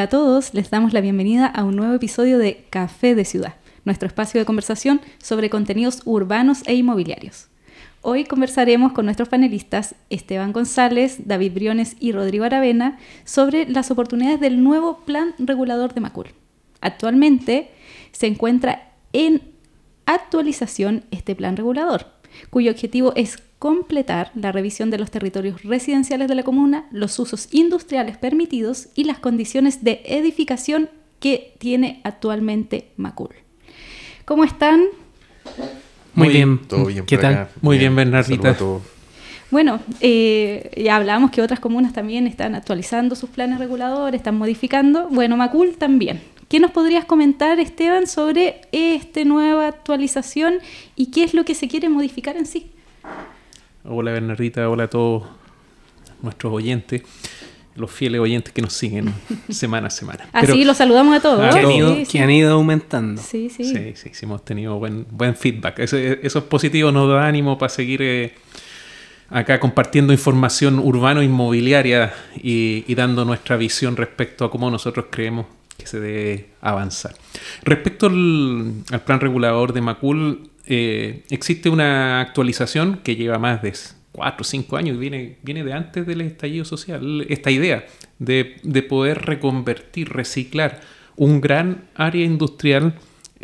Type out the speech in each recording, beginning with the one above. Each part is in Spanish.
Hola a todos, les damos la bienvenida a un nuevo episodio de Café de Ciudad, nuestro espacio de conversación sobre contenidos urbanos e inmobiliarios. Hoy conversaremos con nuestros panelistas Esteban González, David Briones y Rodrigo Aravena sobre las oportunidades del nuevo Plan Regulador de Macul. Actualmente se encuentra en actualización este plan regulador, cuyo objetivo es completar la revisión de los territorios residenciales de la comuna, los usos industriales permitidos y las condiciones de edificación que tiene actualmente Macul. ¿Cómo están? Muy bien. Todo bien. ¿Qué tal? Muy bien, Bernardita. Bueno, ya hablábamos que otras comunas también están actualizando sus planes reguladores, están modificando. Bueno, Macul también. ¿Qué nos podrías comentar, Esteban, sobre esta nueva actualización y qué es lo que se quiere modificar en sí? Hola, Bernardita. Hola a todos nuestros oyentes, los fieles oyentes que nos siguen semana a semana. Así los saludamos a todos. Que han ido aumentando. Sí. Sí, hemos tenido buen feedback. Eso es positivo, nos da ánimo para seguir acá compartiendo información urbano-inmobiliaria y dando nuestra visión respecto a cómo nosotros creemos que se debe avanzar. Respecto al plan regulador de Macul, existe una actualización que lleva más de 4 o 5 años, viene de antes del estallido social, esta idea de poder reconvertir, reciclar un gran área industrial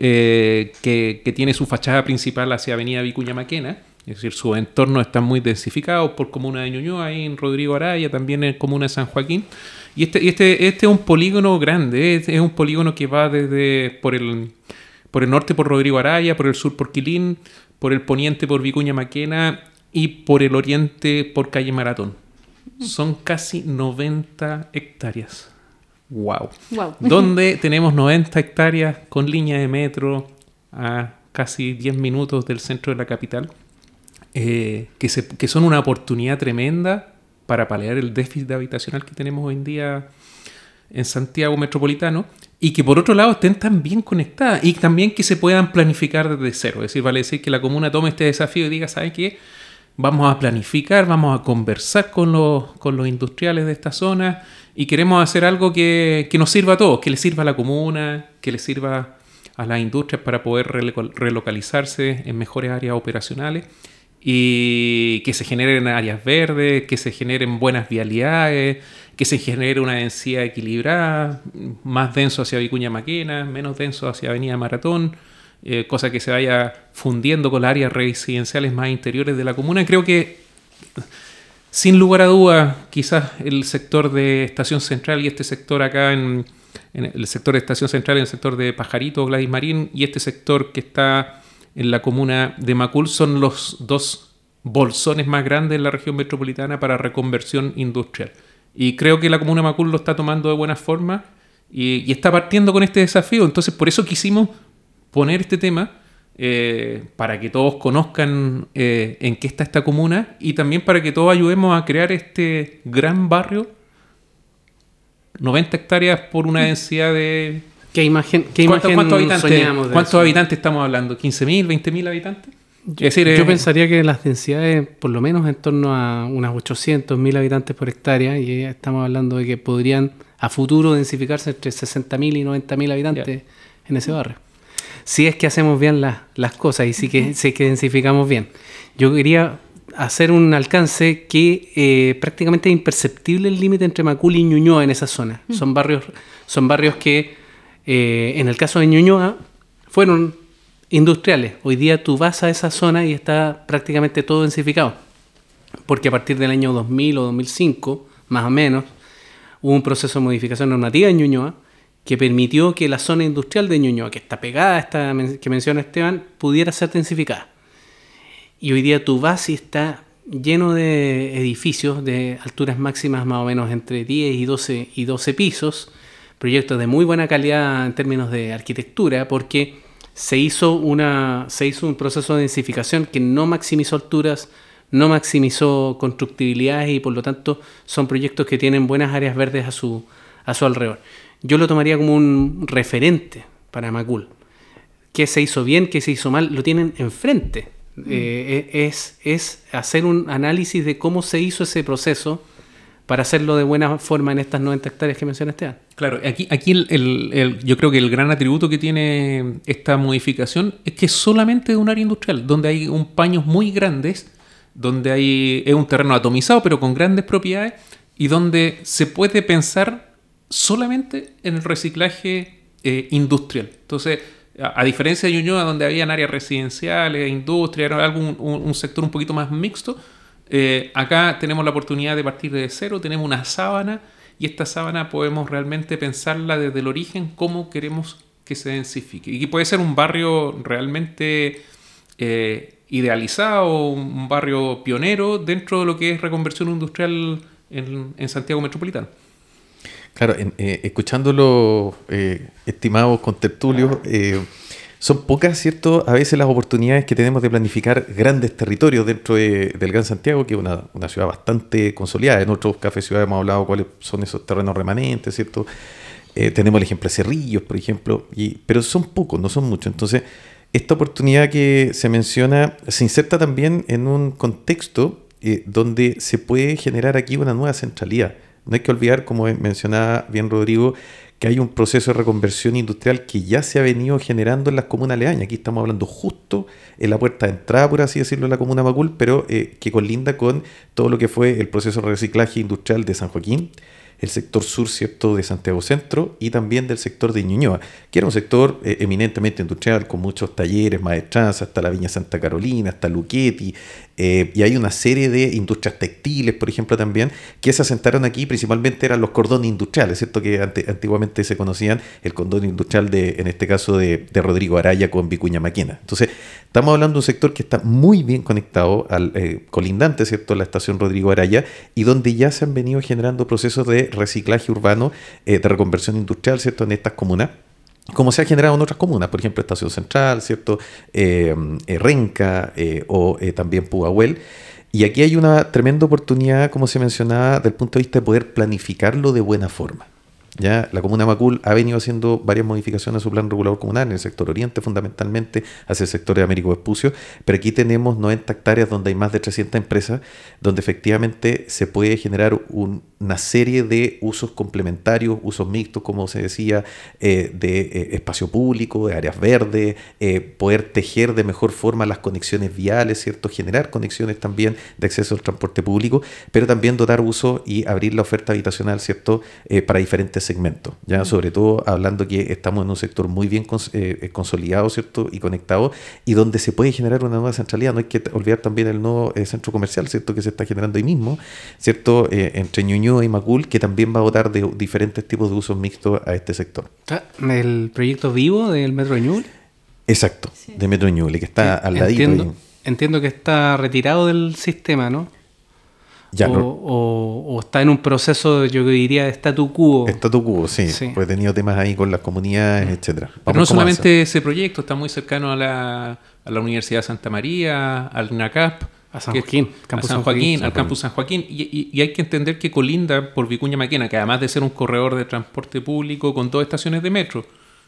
que tiene su fachada principal hacia Avenida Vicuña Maquena, es decir, sus entornos están muy densificados por comuna de Ñuñoa, ahí en Rodrigo Araya, también en comuna de San Joaquín. Y este es un polígono grande, es un polígono que va desde por el norte por Rodrigo Araya, por el sur por Quilín, por el poniente por Vicuña Maquena y por el oriente por calle Maratón. Son casi 90 hectáreas. ¡Wow! Donde tenemos 90 hectáreas con línea de metro a casi 10 minutos del centro de la capital, que son una oportunidad tremenda para paliar el déficit habitacional que tenemos hoy en día en Santiago metropolitano, y que por otro lado estén tan bien conectadas y también que se puedan planificar desde cero. Es decir, vale decir que la comuna tome este desafío y diga, ¿sabe qué? Vamos a planificar, vamos a conversar con los industriales de esta zona y queremos hacer algo que nos sirva a todos, que le sirva a la comuna, que le sirva a las industrias para poder relocalizarse en mejores áreas operacionales y que se generen áreas verdes, que se generen buenas vialidades, que se genere una densidad equilibrada, más denso hacia Vicuña Maquena, menos denso hacia Avenida Maratón, cosa que se vaya fundiendo con las áreas residenciales más interiores de la comuna. Y creo que, sin lugar a dudas, quizás el sector de Estación Central y este sector acá en el sector de Estación Central, en el sector de Pajarito, Gladys Marín, y este sector que está en la comuna de Macul son los dos bolsones más grandes en la región metropolitana para reconversión industrial. Y creo que la comuna de Macul lo está tomando de buena forma y está partiendo con este desafío. Entonces, por eso quisimos poner este tema para que todos conozcan en qué está esta comuna y también para que todos ayudemos a crear este gran barrio, 90 hectáreas por una densidad de... ¿Cuántos habitantes estamos hablando? ¿15.000, 20.000 habitantes? Yo pensaría que las densidades, por lo menos en torno a unas 800.000 habitantes por hectárea, y estamos hablando de que podrían a futuro densificarse entre 60.000 y 90.000 habitantes en ese barrio. Si es que hacemos bien las cosas y si es que densificamos bien. Yo quería hacer un alcance que prácticamente es imperceptible el límite entre Macul y Ñuñoa en esa zona. Son barrios que, en el caso de Ñuñoa, fueron industriales. Hoy día tú vas a esa zona y está prácticamente todo densificado. Porque a partir del año 2000 o 2005, más o menos, hubo un proceso de modificación normativa en Ñuñoa que permitió que la zona industrial de Ñuñoa, que está pegada a esta que menciona Esteban, pudiera ser densificada. Y hoy día tú vas y está lleno de edificios de alturas máximas más o menos entre 10 y 12 pisos, proyectos de muy buena calidad en términos de arquitectura, porque se hizo un proceso de densificación que no maximizó alturas, no maximizó constructibilidad y por lo tanto son proyectos que tienen buenas áreas verdes a su alrededor. Yo lo tomaría como un referente para Macul. ¿Qué se hizo bien? ¿Qué se hizo mal? Lo tienen enfrente. Es hacer un análisis de cómo se hizo ese proceso para hacerlo de buena forma en estas 90 hectáreas que menciona Esteban. Claro, aquí yo creo que el gran atributo que tiene esta modificación es que es solamente de un área industrial, donde hay paños muy grandes, donde es un terreno atomizado pero con grandes propiedades y donde se puede pensar solamente en el reciclaje industrial. Entonces, a diferencia de Ñuñoa, donde habían áreas residenciales, industria, era un sector un poquito más mixto, acá tenemos la oportunidad de partir de cero, tenemos una sábana y esta sábana podemos realmente pensarla desde el origen cómo queremos que se densifique. Y puede ser un barrio realmente idealizado, un barrio pionero dentro de lo que es reconversión industrial en Santiago Metropolitano. Claro, escuchándolo, estimados contertulios, son pocas, ¿cierto? A veces las oportunidades que tenemos de planificar grandes territorios dentro del Gran Santiago, que es una ciudad bastante consolidada. En otros cafés ciudad hemos hablado cuáles son esos terrenos remanentes, ¿cierto? Tenemos el ejemplo de Cerrillos, por ejemplo, pero son pocos, no son muchos. Entonces, esta oportunidad que se menciona se inserta también en un contexto donde se puede generar aquí una nueva centralidad. No hay que olvidar, como mencionaba bien Rodrigo, que hay un proceso de reconversión industrial que ya se ha venido generando en las comunas aledañas. Aquí estamos hablando justo en la puerta de entrada, por así decirlo, de la comuna Macul, pero que colinda con todo lo que fue el proceso de reciclaje industrial de San Joaquín, el sector sur, ¿cierto?, de Santiago Centro y también del sector de Ñuñoa, que era un sector eminentemente industrial con muchos talleres, maestranzas, hasta la Viña Santa Carolina, hasta Luchetti, y hay una serie de industrias textiles, por ejemplo, también, que se asentaron aquí, principalmente eran los cordones industriales, ¿cierto?, que antiguamente se conocían, el cordón industrial en este caso de Rodrigo Araya con Vicuña Maquena. Entonces, estamos hablando de un sector que está muy bien conectado al colindante, ¿cierto?, a la estación Rodrigo Araya, y donde ya se han venido generando procesos de reciclaje urbano, de reconversión industrial, ¿cierto?, en estas comunas, como se ha generado en otras comunas, por ejemplo, Estación Central, ¿cierto?, Renca o también Pudahuel. Y aquí hay una tremenda oportunidad, como se mencionaba, desde el punto de vista de poder planificarlo de buena forma. Ya la comuna Macul ha venido haciendo varias modificaciones a su plan regulador comunal en el sector oriente, fundamentalmente hacia el sector de Américo Vespucio, pero aquí tenemos 90 hectáreas donde hay más de 300 empresas, donde efectivamente se puede generar una serie de usos complementarios, usos mixtos, como se decía, de espacio público, de áreas verdes, poder tejer de mejor forma las conexiones viales, ¿cierto?, generar conexiones también de acceso al transporte público, pero también dotar uso y abrir la oferta habitacional, ¿cierto?, para diferentes segmentos, ya sobre todo hablando que estamos en un sector muy bien consolidado, ¿cierto?, y conectado, y donde se puede generar una nueva centralidad. No hay que olvidar también el nuevo centro comercial, ¿cierto?, que se está generando ahí mismo, ¿cierto?, entre Ñuñoa y Macul, que también va a dotar de diferentes tipos de usos mixtos a este sector. ¿El proyecto vivo del Metro de Ñuble? Exacto, sí, de Metro de Ñuble, que está al ladito. Entiendo que está retirado del sistema, ¿no? Ya, o está en un proceso, yo diría, de statu quo. Statu quo, sí. Pues he tenido temas ahí con las comunidades, etcétera. Pero no solamente ese proyecto, está muy cercano a la Universidad de Santa María, al NACAP, a San Joaquín, al Campus San Joaquín. Y hay que entender que colinda por Vicuña Maquena, que además de ser un corredor de transporte público con 2 estaciones de metro,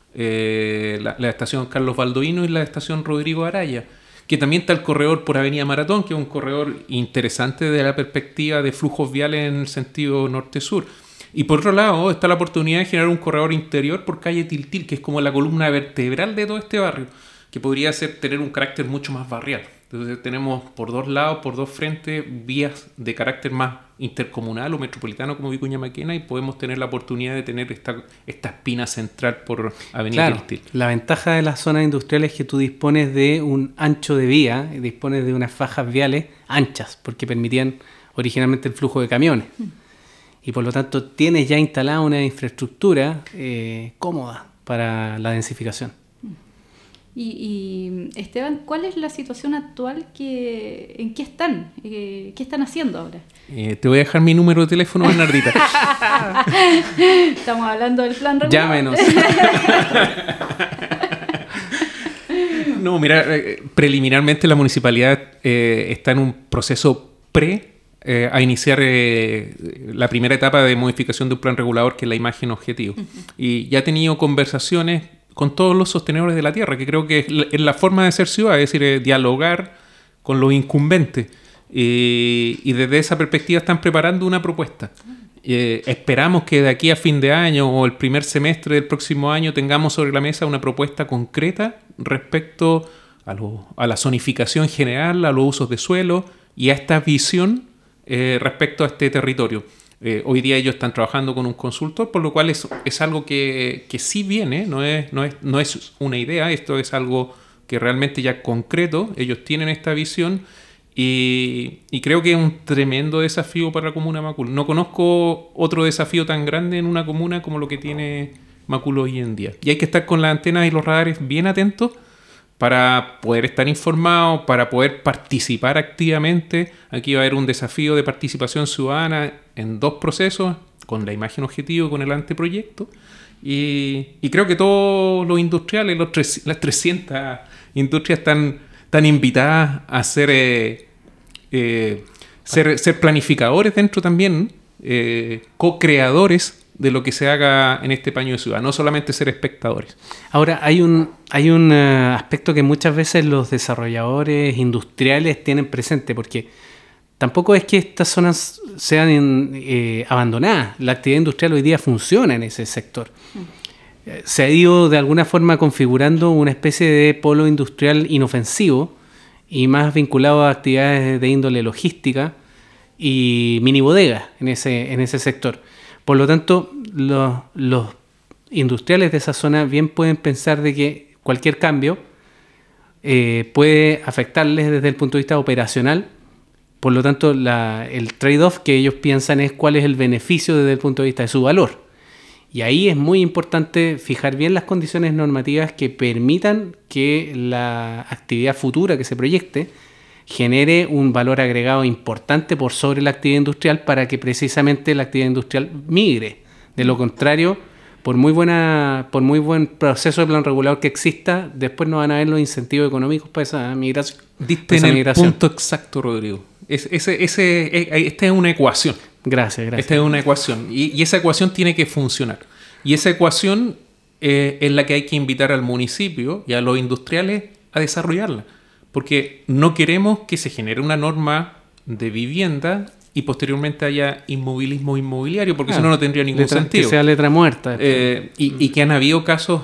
la estación Carlos Baldoino y la estación Rodrigo Araya, que también está el corredor por Avenida Maratón, que es un corredor interesante desde la perspectiva de flujos viales en el sentido norte-sur. Y por otro lado está la oportunidad de generar un corredor interior por calle Tiltil, que es como la columna vertebral de todo este barrio, que podría tener un carácter mucho más barrial. Entonces tenemos por 2 lados, por 2 frentes, vías de carácter más intercomunal o metropolitano como Vicuña Maquena, y podemos tener la oportunidad de tener esta espina central por Avenida Tiltil. La ventaja de las zonas industriales es que tú dispones de un ancho de vía, dispones de unas fajas viales anchas, porque permitían originalmente el flujo de camiones. Y por lo tanto tienes ya instalada una infraestructura cómoda para la densificación. Y Esteban, ¿cuál es la situación actual? ¿En qué están? ¿Qué están haciendo ahora? Te voy a dejar mi número de teléfono, Bernardita. Estamos hablando del plan regulador. Llámenos. No, mira, preliminarmente la municipalidad está en un proceso a iniciar la primera etapa de modificación de un plan regulador, que es la imagen objetivo. Y ya ha tenido conversaciones con todos los sostenedores de la tierra, que creo que es la forma de ser ciudad, es decir, dialogar con los incumbentes. y desde esa perspectiva están preparando una propuesta. Esperamos que de aquí a fin de año o el primer semestre del próximo año tengamos sobre la mesa una propuesta concreta respecto a la zonificación general, a los usos de suelo y a esta visión respecto a este territorio. Hoy día ellos están trabajando con un consultor, por lo cual es algo que sí viene, no es una idea, esto es algo que realmente ya concreto, ellos tienen esta visión y creo que es un tremendo desafío para la comuna de Macul. No conozco otro desafío tan grande en una comuna como lo que tiene Macul hoy en día. Y hay que estar con las antenas y los radares bien atentos para poder estar informados, para poder participar activamente. Aquí va a haber un desafío de participación ciudadana en 2 procesos, con la imagen objetivo y con el anteproyecto. Y creo que todos los industriales, las 300 industrias están invitadas a ser planificadores dentro también, co-creadores de lo que se haga en este paño de ciudad, no solamente ser espectadores. Ahora, hay un aspecto que muchas veces los desarrolladores industriales tienen presente, porque tampoco es que estas zonas sean abandonadas. La actividad industrial hoy día funciona en ese sector. Se ha ido de alguna forma configurando una especie de polo industrial inofensivo y más vinculado a actividades de índole logística y mini bodegas en ese sector. Por lo tanto, los industriales de esa zona bien pueden pensar de que cualquier cambio puede afectarles desde el punto de vista operacional. Por lo tanto, el trade-off que ellos piensan es cuál es el beneficio desde el punto de vista de su valor. Y ahí es muy importante fijar bien las condiciones normativas que permitan que la actividad futura que se proyecte genere un valor agregado importante por sobre la actividad industrial para que precisamente la actividad industrial migre. De lo contrario, por muy buen proceso de plan regulador que exista, después no van a haber los incentivos económicos para esa migración. Diste en el punto exacto, Rodrigo. Esta es una ecuación. Gracias. Esta es una ecuación. Y esa ecuación tiene que funcionar. Y esa ecuación es la que hay que invitar al municipio y a los industriales a desarrollarla. Porque no queremos que se genere una norma de vivienda y posteriormente haya inmovilismo inmobiliario, porque si no tendría ningún sentido. Que sea letra muerta. Y que han habido casos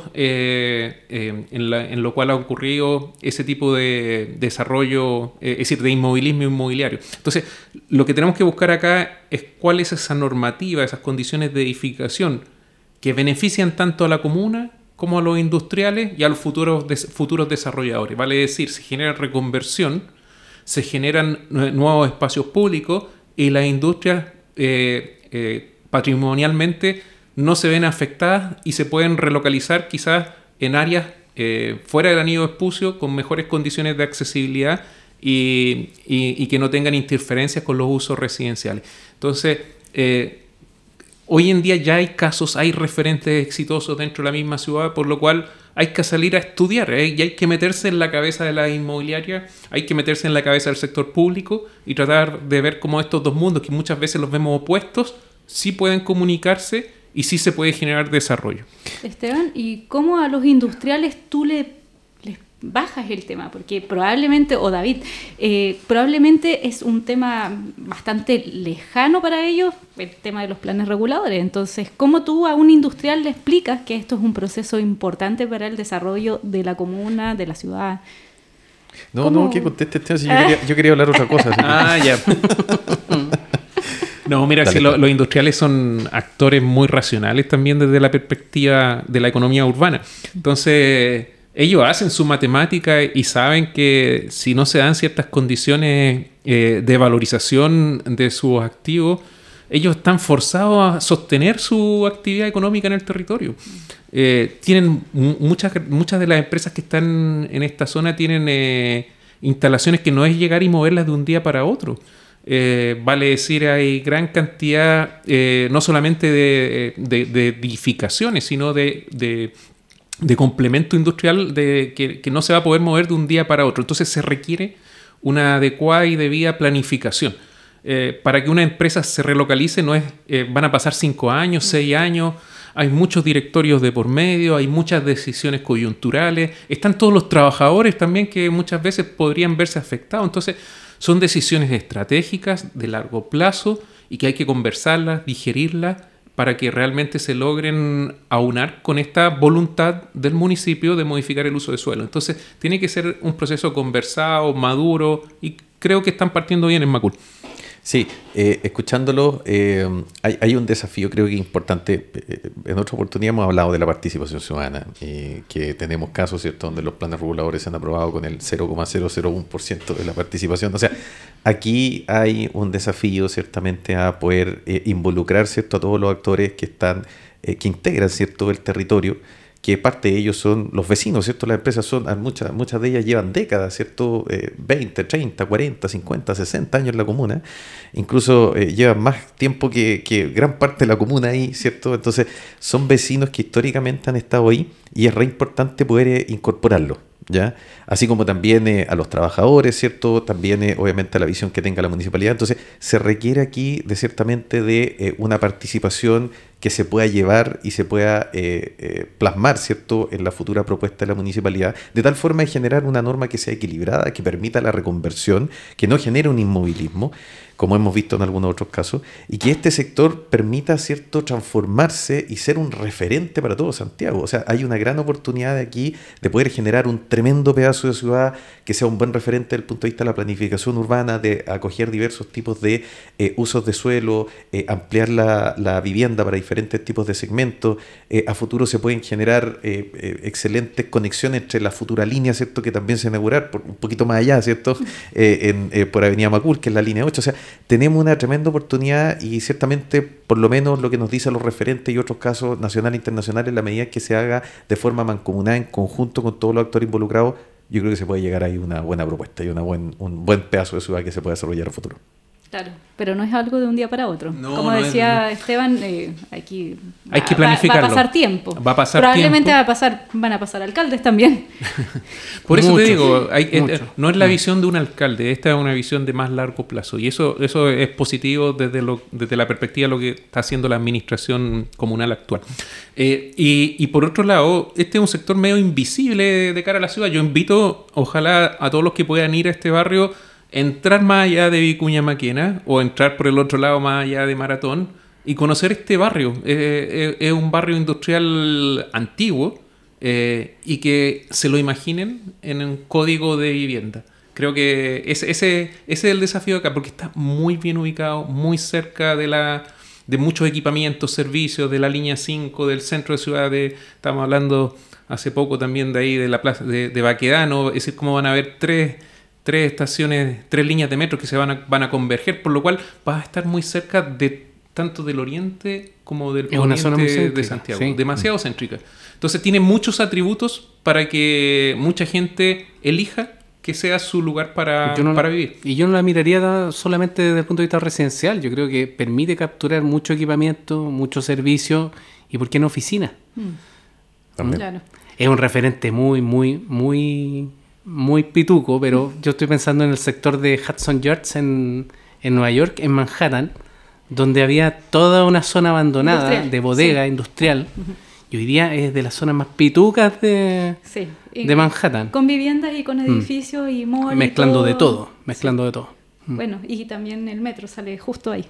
en lo cual ha ocurrido ese tipo de desarrollo, es decir, de inmovilismo inmobiliario. Entonces, lo que tenemos que buscar acá es cuál es esa normativa, esas condiciones de edificación que benefician tanto a la comuna como a los industriales y a los futuros desarrolladores. Vale decir, se genera reconversión, se generan nuevos espacios públicos y las industrias patrimonialmente no se ven afectadas y se pueden relocalizar quizás en áreas fuera del anillo de Espucio con mejores condiciones de accesibilidad y que no tengan interferencias con los usos residenciales. Entonces, hoy en día ya hay casos, hay referentes exitosos dentro de la misma ciudad, por lo cual hay que salir a estudiar, y hay que meterse en la cabeza de la inmobiliaria, hay que meterse en la cabeza del sector público y tratar de ver cómo estos dos mundos, que muchas veces los vemos opuestos, sí pueden comunicarse y sí se puede generar desarrollo. Esteban, ¿y cómo a los industriales tú les bajas el tema? Porque probablemente, o David, probablemente es un tema bastante lejano para ellos, el tema de los planes reguladores. Entonces, ¿cómo tú a un industrial le explicas que esto es un proceso importante para el desarrollo de la comuna, de la ciudad? No, que conteste Esteban, yo quería hablar otra cosa. Ya. No, mira, si los industriales son actores muy racionales también desde la perspectiva de la economía urbana. Entonces, ellos hacen su matemática y saben que si no se dan ciertas condiciones de valorización de sus activos, ellos están forzados a sostener su actividad económica en el territorio. Tienen muchas de las empresas que están en esta zona tienen instalaciones que no es llegar y moverlas de un día para otro. Vale decir, hay gran cantidad no solamente de edificaciones, sino de complemento industrial que no se va a poder mover de un día para otro. Entonces se requiere una adecuada y debida planificación. Para que una empresa se relocalice van a pasar 5 años, 6 años, hay muchos directorios de por medio, hay muchas decisiones coyunturales, están todos los trabajadores también que muchas veces podrían verse afectados. Entonces Son decisiones estratégicas de largo plazo y que hay que conversarlas, digerirlas, para que realmente se logren aunar con esta voluntad del municipio de modificar el uso de suelo. Entonces, tiene que ser un proceso conversado, maduro, y creo que están partiendo bien en Macul. Sí, escuchándolo, hay un desafío creo que importante. En otra oportunidad hemos hablado de la participación ciudadana, que tenemos casos, ¿cierto?, donde los planes reguladores se han aprobado con el 0,001% de la participación. O sea, aquí hay un desafío ciertamente a poder involucrar, ¿cierto?, a todos los actores que están, que integran, ¿cierto?, el territorio, que parte de ellos son los vecinos, ¿cierto? Las empresas son, muchas de ellas llevan décadas, ¿cierto? 20, 30, 40, 50, 60 años en la comuna. Incluso llevan más tiempo que gran parte de la comuna ahí, ¿cierto? Entonces, son vecinos que históricamente han estado ahí y es re importante poder incorporarlos, ¿ya? Así como también a los trabajadores, ¿cierto? También obviamente a la visión que tenga la municipalidad. Entonces se requiere aquí ciertamente de una participación que se pueda llevar y se pueda plasmar, ¿cierto?, en la futura propuesta de la municipalidad, de tal forma de generar una norma que sea equilibrada, que permita la reconversión, que no genere un inmovilismo, como hemos visto en algunos otros casos, y que este sector permita, ¿cierto?, transformarse y ser un referente para todo Santiago. O sea, hay una gran oportunidad de aquí de poder generar un tremendo pedazo de ciudad que sea un buen referente desde el punto de vista de la planificación urbana, de acoger diversos tipos de usos de suelo, ampliar la vivienda para diferentes tipos de segmentos. A futuro se pueden generar excelentes conexiones entre la futura línea, ¿cierto?, que también se va a inaugurar un poquito más allá, ¿cierto?, por Avenida Macul, que es la línea 8. O sea, tenemos una tremenda oportunidad y ciertamente, por lo menos lo que nos dicen los referentes y otros casos nacionales e internacionales, en la medida que se haga de forma mancomunada, en conjunto con todos los actores involucrados, yo creo que se puede llegar ahí a una buena propuesta y un buen pedazo de ciudad que se pueda desarrollar a futuro. Claro, pero no es algo de un día para otro. No, como no decía Esteban, aquí hay que planificarlo. Va a pasar tiempo. Va a pasar Probablemente tiempo. Van a pasar alcaldes también. Por eso Muchos, te digo, no es la muchos. visión de un alcalde, esta es una visión de más largo plazo. Y eso es positivo desde la perspectiva de lo que está haciendo la administración comunal actual. Y por otro lado, este es un sector medio invisible de cara a la ciudad. Yo invito, ojalá, a todos los que puedan ir a este barrio, entrar más allá de Vicuña Maquena o entrar por el otro lado más allá de Maratón y conocer este barrio. Es un barrio industrial antiguo y que se lo imaginen en un código de vivienda. Creo que ese es el desafío acá, porque está muy bien ubicado, muy cerca de muchos equipamientos, servicios, de la línea 5, del centro de ciudad. Estamos hablando hace poco también de ahí, de la plaza de Baquedano. Es decir, cómo van a haber tres estaciones, 3 líneas de metro que se van a converger, por lo cual va a estar muy cerca de tanto del oriente como del poniente de Santiago. Sí. Demasiado céntrica. Entonces tiene muchos atributos para que mucha gente elija que sea su lugar para vivir. Y yo no la miraría solamente desde el punto de vista residencial. Yo creo que permite capturar mucho equipamiento, mucho servicio y, ¿por qué no, oficina? También. Claro. Es un referente muy pituco, pero yo estoy pensando en el sector de Hudson Yards en Nueva York, en Manhattan, donde había toda una zona abandonada de bodega industrial. Y hoy día es de las zonas más pitucas de Manhattan. Con viviendas y con edificios y malls. Mezclando de todo. Bueno, y también el metro sale justo ahí.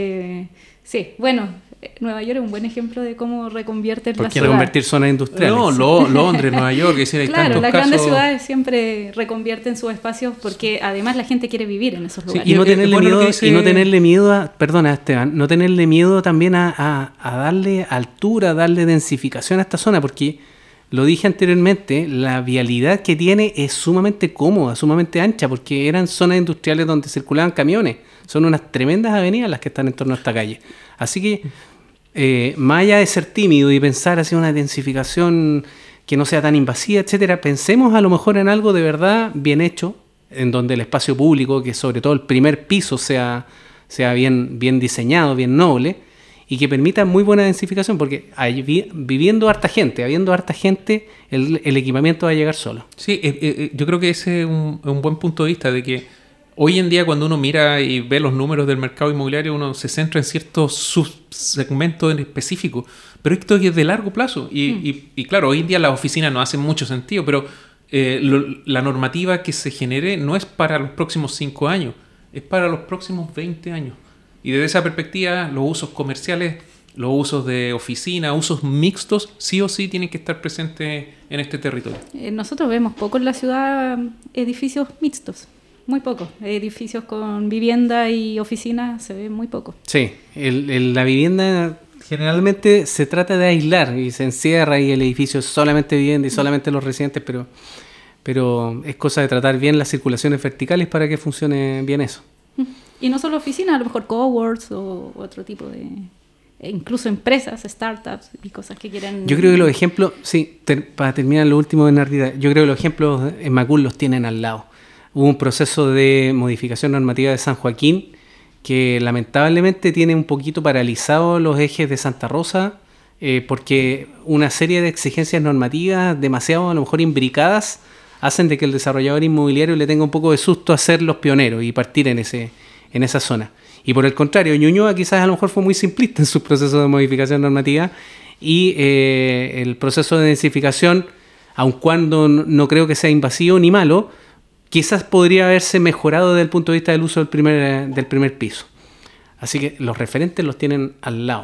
Nueva York es un buen ejemplo de cómo reconvierte la ciudad. Reconvertir zonas industriales. No, Londres, Nueva York, es decir, hay claro, tantos las casos. grandes ciudades siempre reconvierten sus espacios porque además la gente quiere vivir en esos lugares. Y no tenerle miedo a, perdona Esteban, no tenerle miedo también a darle altura, a darle densificación a esta zona, porque lo dije anteriormente, la vialidad que tiene es sumamente cómoda, sumamente ancha, porque eran zonas industriales donde circulaban camiones. Son unas tremendas avenidas las que están en torno a esta calle. Así que, más allá de ser tímido y pensar hacia una densificación que no sea tan invasiva, etcétera, pensemos a lo mejor en algo de verdad bien hecho, en donde el espacio público, que sobre todo el primer piso sea bien diseñado, bien noble, y que permita muy buena densificación, porque habiendo harta gente, el equipamiento va a llegar solo. Sí, yo creo que ese es un buen punto de vista, de que hoy en día cuando uno mira y ve los números del mercado inmobiliario, uno se centra en ciertos subsegmentos en específico, pero esto es de largo plazo. Y claro, hoy en día las oficinas no hacen mucho sentido, pero la normativa que se genere no es para los próximos 5 años, es para los próximos 20 años. Y desde esa perspectiva, los usos comerciales, los usos de oficina, usos mixtos, sí o sí tienen que estar presentes en este territorio. Nosotros vemos poco en la ciudad edificios mixtos, muy poco. Edificios con vivienda y oficinas se ve muy poco. Sí, la vivienda generalmente se trata de aislar y se encierra y el edificio es solamente vivienda y solamente los residentes, pero es cosa de tratar bien las circulaciones verticales para que funcione bien eso. Y no solo oficinas, a lo mejor coworks o otro tipo de... incluso empresas, startups y cosas que quieren... Yo creo que los ejemplos, sí, para terminar lo último, Bernardita, yo creo que los ejemplos en Macul los tienen al lado. Hubo un proceso de modificación normativa de San Joaquín que lamentablemente tiene un poquito paralizado los ejes de Santa Rosa porque una serie de exigencias normativas demasiado a lo mejor imbricadas hacen de que el desarrollador inmobiliario le tenga un poco de susto a ser los pioneros y partir en esa zona. Y por el contrario, Ñuñoa quizás a lo mejor fue muy simplista en su proceso de modificación normativa y el proceso de densificación, aun cuando no creo que sea invasivo ni malo, quizás podría haberse mejorado desde el punto de vista del uso del primer piso. Así que los referentes los tienen al lado.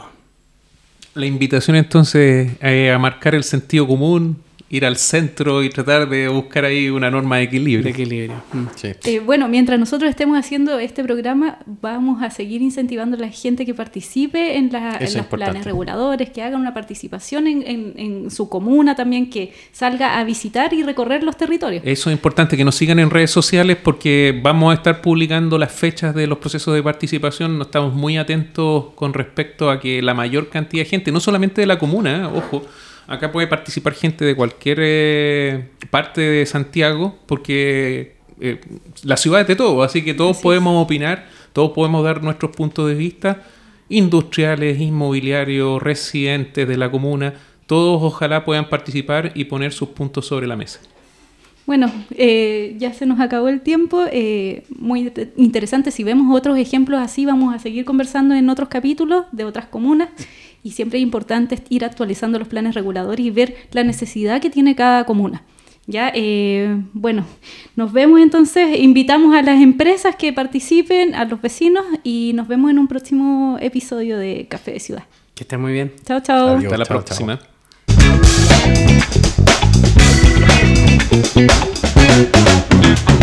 La invitación entonces a marcar el sentido común, ir al centro y tratar de buscar ahí una norma de equilibrio. Sí. Bueno, mientras nosotros estemos haciendo este programa, vamos a seguir incentivando a la gente que participe en los planes reguladores, que haga una participación en su comuna también, que salga a visitar y recorrer los territorios. Eso es importante, que nos sigan en redes sociales porque vamos a estar publicando las fechas de los procesos de participación. Nos estamos muy atentos con respecto a que la mayor cantidad de gente, no solamente de la comuna, ojo, acá puede participar gente de cualquier parte de Santiago, porque la ciudad es de todo, así que todos podemos opinar, todos podemos dar nuestros puntos de vista, industriales, inmobiliarios, residentes de la comuna, todos ojalá puedan participar y poner sus puntos sobre la mesa. Bueno, ya se nos acabó el tiempo, muy interesante. Si vemos otros ejemplos así, vamos a seguir conversando en otros capítulos de otras comunas. Y siempre es importante ir actualizando los planes reguladores y ver la necesidad que tiene cada comuna. Ya, bueno, nos vemos entonces, invitamos a las empresas que participen, a los vecinos y nos vemos en un próximo episodio de Café de Ciudad. Que estén muy bien. Chao, chao. Adiós, Hasta la chao, próxima. chao.